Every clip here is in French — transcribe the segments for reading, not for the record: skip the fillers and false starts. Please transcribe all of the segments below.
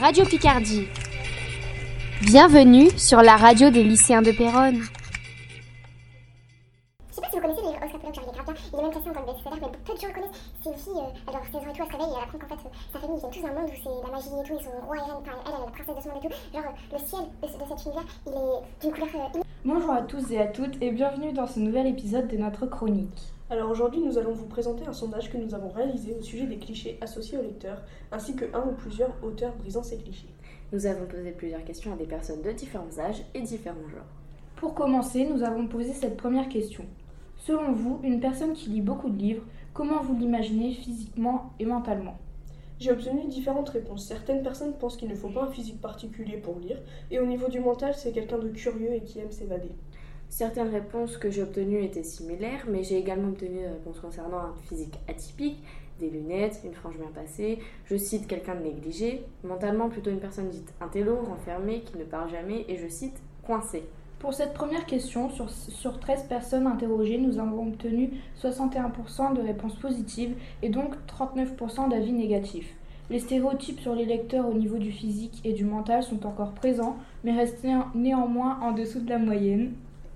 Radio Picardie. Bienvenue sur la radio des lycéens de Péronne. Je sais pas si vous connaissez les Oscar Pollock, genre il est grave bien, il est même classé en tant que best-seller, mais peu de gens le connaissent. C'est une fille, elle dort 16 ans et tout, elle se réveille et elle apprend qu'en fait sa famille ils viennent tous d'un monde où c'est la magie et tout, ils sont rois et reines, enfin elle est la princesse de ce monde et tout. Genre le ciel de cet univers, il est d'une couleur Bonjour à tous et à toutes et bienvenue dans ce nouvel épisode de notre chronique. Alors aujourd'hui, nous allons vous présenter un sondage que nous avons réalisé au sujet des clichés associés au lecteur, ainsi que un ou plusieurs auteurs brisant ces clichés. Nous avons posé plusieurs questions à des personnes de différents âges et différents genres. Pour commencer, nous avons posé cette première question. Selon vous, une personne qui lit beaucoup de livres, comment vous l'imaginez physiquement et mentalement ? J'ai obtenu différentes réponses. Certaines personnes pensent qu'il ne faut pas un physique particulier pour lire, et au niveau du mental, c'est quelqu'un de curieux et qui aime s'évader. Certaines réponses que j'ai obtenues étaient similaires, mais j'ai également obtenu des réponses concernant un physique atypique, des lunettes, une frange bien passée, je cite quelqu'un de négligé, mentalement plutôt une personne dite intello, renfermée, qui ne parle jamais, et je cite coincé. Pour cette première question, sur 13 personnes interrogées, nous avons obtenu 61% de réponses positives et donc 39% d'avis négatifs. Les stéréotypes sur les lecteurs au niveau du physique et du mental sont encore présents, mais restent néanmoins en dessous de la moyenne.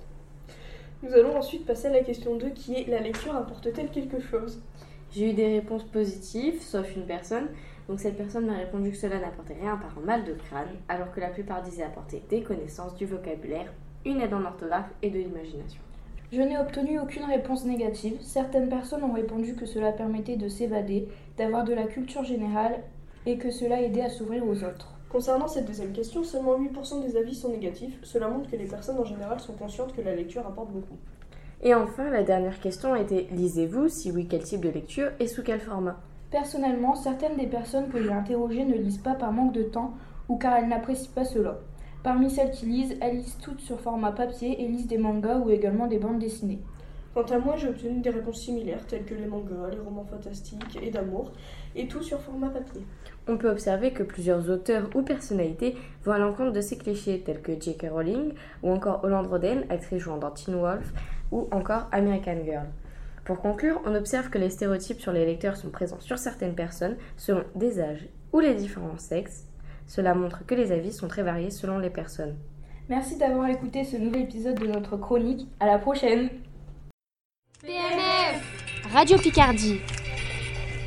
Nous allons ensuite passer à la question 2 qui est « La lecture apporte-t-elle quelque chose ?» J'ai eu des réponses positives, sauf une personne. Donc cette personne m'a répondu que cela n'apportait rien par un mal de crâne, alors que la plupart disaient apporter des connaissances, du vocabulaire, une aide en orthographe et de l'imagination. Je n'ai obtenu aucune réponse négative. Certaines personnes ont répondu que cela permettait de s'évader, d'avoir de la culture générale et que cela aidait à s'ouvrir aux autres. Concernant cette deuxième question, seulement 8% des avis sont négatifs. Cela montre que les personnes en général sont conscientes que la lecture apporte beaucoup. Et enfin, la dernière question était « Lisez-vous ? Si oui, quel type de lecture et sous quel format ?» Personnellement, certaines des personnes que j'ai interrogées ne lisent pas par manque de temps ou car elles n'apprécient pas cela. Parmi celles qui lisent, elles lisent toutes sur format papier et lisent des mangas ou également des bandes dessinées. Quant à moi, j'ai obtenu des réponses similaires, telles que les mangas, les romans fantastiques et d'amour, et tout sur format papier. On peut observer que plusieurs auteurs ou personnalités vont à l'encontre de ces clichés, tels que J.K. Rowling, ou encore Holland Roden, actrice jouant dans Teen Wolf, ou encore American Girl. Pour conclure, on observe que les stéréotypes sur les lecteurs sont présents sur certaines personnes, selon des âges ou les différents sexes. Cela montre que les avis sont très variés selon les personnes. Merci d'avoir écouté ce nouvel épisode de notre chronique. À la prochaine! PNF Radio Picardie.